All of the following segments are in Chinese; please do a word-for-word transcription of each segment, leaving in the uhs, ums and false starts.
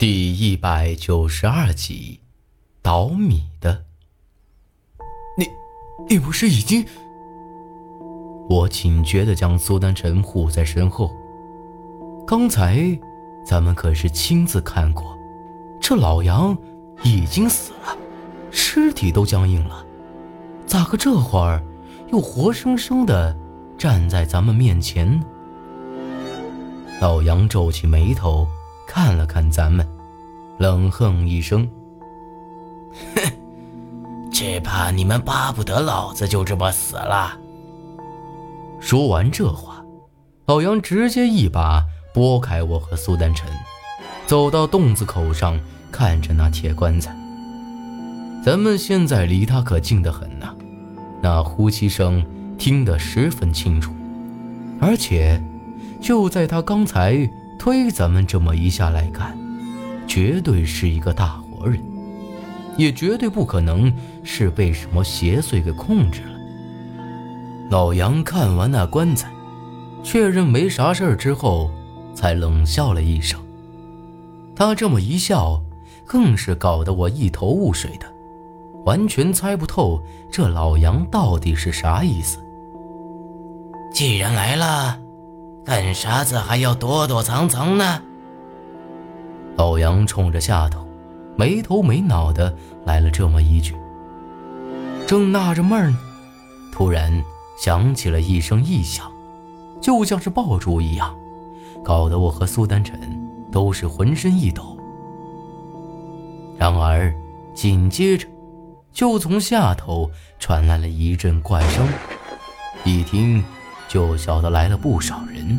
第一百九十二集，捣米的。你，你不是已经……我警觉地将苏丹臣护在身后。刚才咱们可是亲自看过，这老杨已经死了，尸体都僵硬了，咋个这会儿又活生生地站在咱们面前呢？老杨皱起眉头看了看咱们，冷哼一声：“ 哼，只怕你们巴不得老子就这么死了。” 说完这话，老杨直接一把拨开我和苏丹臣，走到洞子口上，看着那铁棺材。咱们现在离他可近得很呐，那呼吸声听得十分清楚，而且就在他刚才推咱们这么一下来看，绝对是一个大活人，也绝对不可能是被什么邪祟给控制了。老杨看完那棺材，确认没啥事儿之后，才冷笑了一声。他这么一笑，更是搞得我一头雾水的，完全猜不透这老杨到底是啥意思。 既然来了，干啥子还要躲躲藏藏呢？ 老杨冲着下头没头没脑的来了这么一句。正纳着闷呢，突然响起了一声异响，就像是爆竹一样，搞得我和苏丹臣都是浑身一抖。然而紧接着就从下头传来了一阵怪声，一听就晓得来了不少人。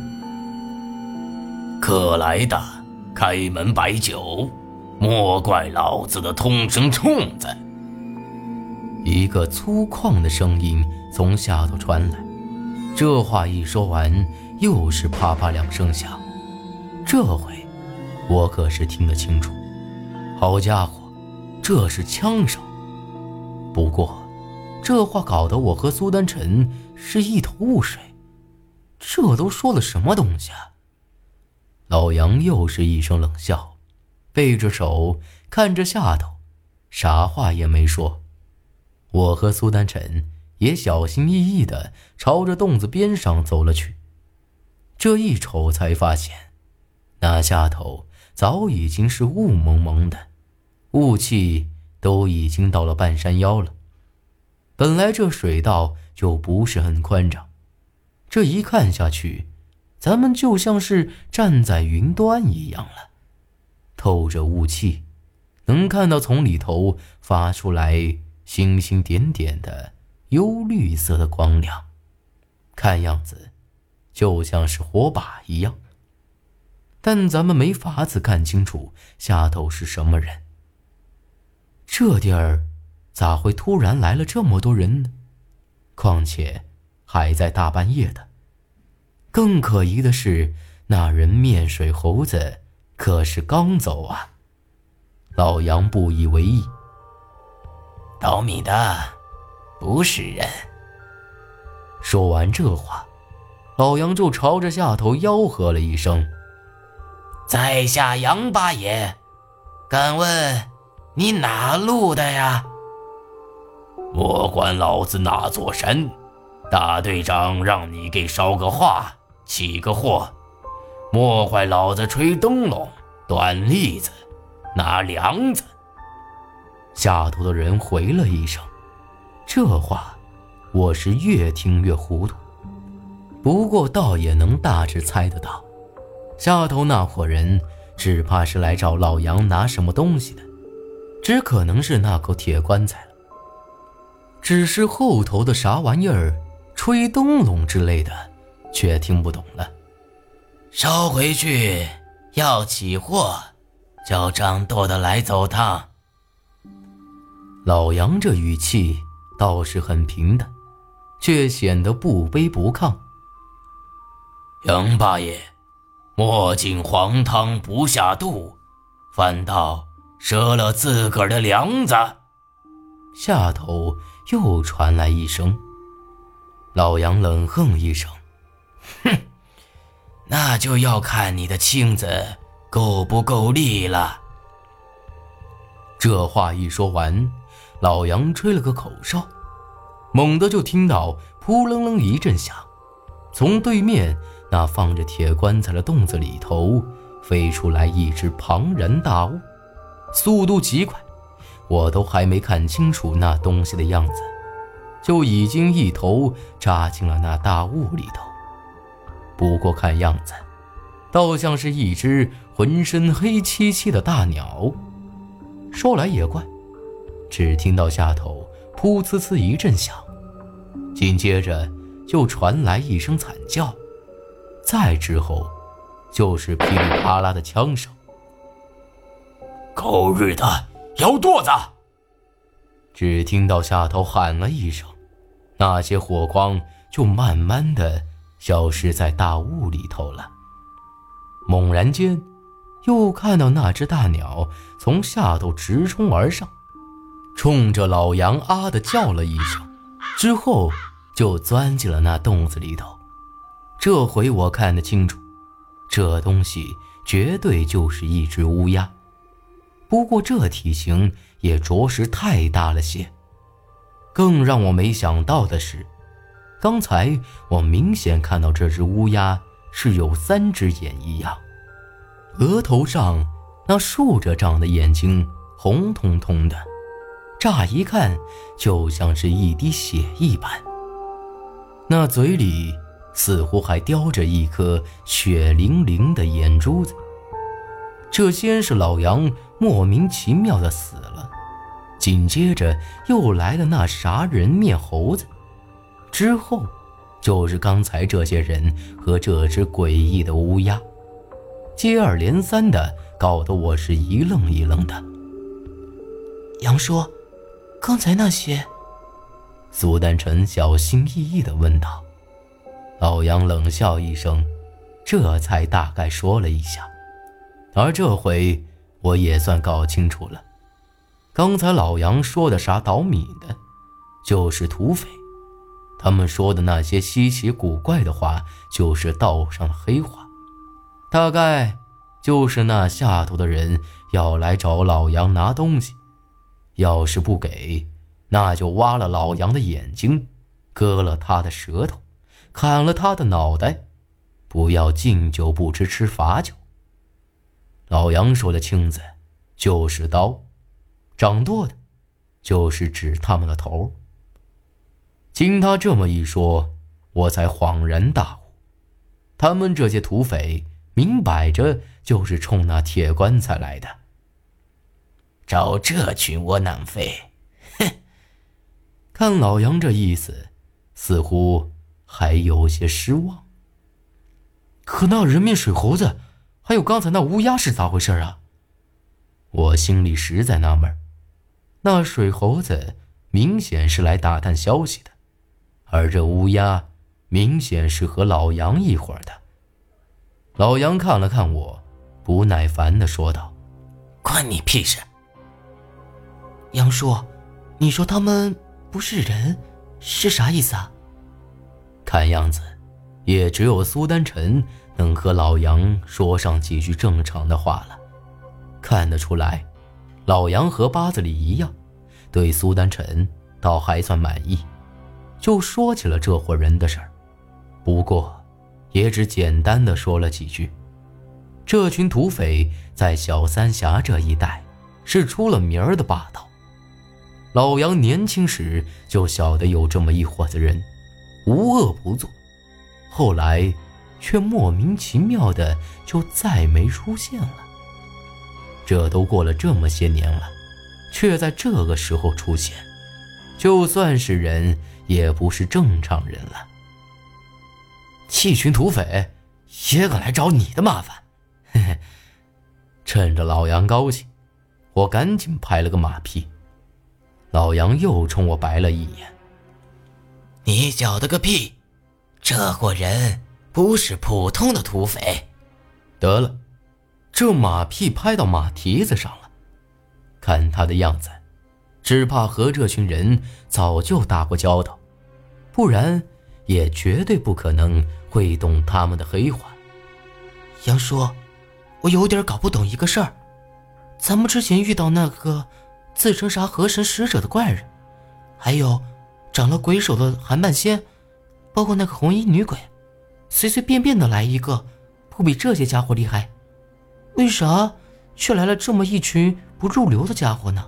客来的，开门摆酒，莫怪老子的通声冲子。 一个粗犷的声音从下头传来，这话一说完，又是啪啪两声响。这回我可是听得清楚，好家伙，这是枪声。不过这话搞得我和苏丹臣是一头雾水，这都说了什么东西啊？老杨又是一声冷笑，背着手看着下头，啥话也没说。我和苏丹臣也小心翼翼地朝着洞子边上走了去。这一瞅才发现，那下头早已经是雾蒙蒙的，雾气都已经到了半山腰了。本来这水道就不是很宽敞，这一看下去，咱们就像是站在云端一样了。透着雾气，能看到从里头发出来星星点点的幽绿色的光亮，看样子就像是火把一样。但咱们没法子看清楚下头是什么人。这地儿咋会突然来了这么多人呢？况且还在大半夜的。更可疑的是，那人面水猴子可是刚走啊。老杨不以为意：“ 捣米的不是人。” 说完这话，老杨就朝着下头吆喝了一声：“ 在下杨八爷，敢问你哪路的呀？”“ 莫管老子哪座山，大队长让你给捎个话，起个货，莫怪老子吹灯笼短栗子拿梁子。” 下头的人回了一声，这话我是越听越糊涂，不过倒也能大致猜得到，下头那伙人只怕是来找老杨拿什么东西的，只可能是那口铁棺材了。只是后头的啥玩意儿，吹灯笼之类的，却听不懂了。 捎回去，要起货，叫张舵的来走趟。 老杨这语气倒是很平淡，却显得不卑不亢。 “杨八爷，莫进黄汤不下肚，反倒折了自个儿的梁子。” 下头又传来一声。老杨冷哼一声：“ 哼，那就要看你的青子够不够力了。” 这话一说完，老杨吹了个口哨，猛地就听到扑棱棱一阵响，从对面那放着铁棺材的洞子里头飞出来一只庞然大物，速度极快，我都还没看清楚那东西的样子，就已经一头扎进了那大雾里头。不过看样子倒像是一只浑身黑漆漆的大鸟。说来也怪，只听到下头噗呲呲一阵响，紧接着就传来一声惨叫，再之后就是噼里啪啦的枪声。 狗日的摇垛子！ 只听到下头喊了一声，那些火光就慢慢的消失在大雾里头了。猛然间又看到那只大鸟从下头直冲而上，冲着老杨啊的叫了一声，之后就钻进了那洞子里头。这回我看得清楚，这东西绝对就是一只乌鸦，不过这体型也着实太大了些。更让我没想到的是，刚才我明显看到这只乌鸦是有三只眼一样，额头上那竖着长的眼睛红彤彤的，乍一看就像是一滴血一般。那嘴里似乎还叼着一颗血淋淋的眼珠子。这先是老杨莫名其妙的死了，紧接着又来了那杀人灭猴子，之后就是刚才这些人和这只诡异的乌鸦，接二连三的搞得我是一愣一愣的。 杨叔，刚才那些…… 苏丹臣小心翼翼地问道。老杨冷笑一声，这才大概说了一下。而这回我也算搞清楚了，刚才老杨说的啥捣米的，就是土匪，他们说的那些稀奇古怪的话就是道上的黑话，大概就是那下头的人要来找老杨拿东西，要是不给，那就挖了老杨的眼睛，割了他的舌头，砍了他的脑袋，不要敬酒不吃吃罚酒。老杨说的青子就是刀，掌舵的就是指他们的头。经他这么一说，我才恍然大悟，他们这些土匪明摆着就是冲那铁棺材来的。 找这群窝囊废，哼！ 看老杨这意思，似乎还有些失望。可那人面水猴子还有刚才那乌鸦是咋回事啊？我心里实在纳闷，那水猴子明显是来打探消息的，而这乌鸦明显是和老杨一伙的。老杨看了看我，不耐烦地说道：“ 关你屁事！杨叔，你说他们不是人，是啥意思啊？” 看样子也只有苏丹臣能和老杨说上几句正常的话了。看得出来，老杨和八子里一样，对苏丹臣倒还算满意，就说起了这伙人的事儿。不过也只简单的说了几句。这群土匪在小三峡这一带是出了名儿的霸道。老杨年轻时就晓得有这么一伙子人，无恶不作，后来却莫名其妙的就再没出现了。这都过了这么些年了，却在这个时候出现，就算是人也不是正常人了。一群土匪也敢来找你的麻烦，嘿嘿。趁着老杨高兴，我赶紧拍了个马屁。老杨又冲我白了一眼：“ 你晓得个屁！这伙人不是普通的土匪。” 得了，这马屁拍到马蹄子上了。看他的样子，只怕和这群人早就打过交道，不然也绝对不可能会懂他们的黑话。 杨叔，我有点搞不懂一个事儿，咱们之前遇到那个自称啥河神使者的怪人，还有长了鬼手的韩半仙，包括那个红衣女鬼，随随便便的来一个，不比这些家伙厉害？为啥却来了这么一群不入流的家伙呢？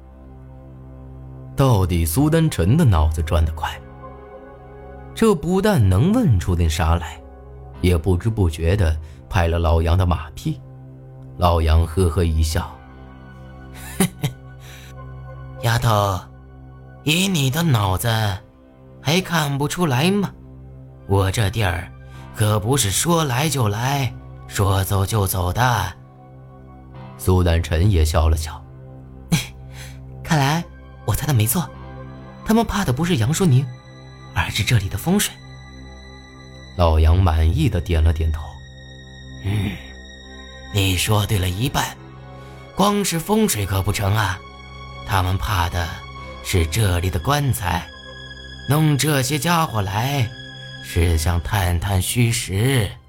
到底苏丹臣的脑子转得快，这不但能问出点啥来，也不知不觉地拍了老杨的马屁。老杨呵呵一笑， 嘿嘿，丫头，以你的脑子还看不出来吗？我这地儿可不是说来就来，说走就走的。 苏丹臣也笑了笑， 看来我猜的没错，他们怕的不是杨说宁，而是这里的风水。 老杨满意的点了点头， 嗯，你说对了一半，光是风水可不成啊，他们怕的是这里的棺材，弄这些家伙来是想探探虚实。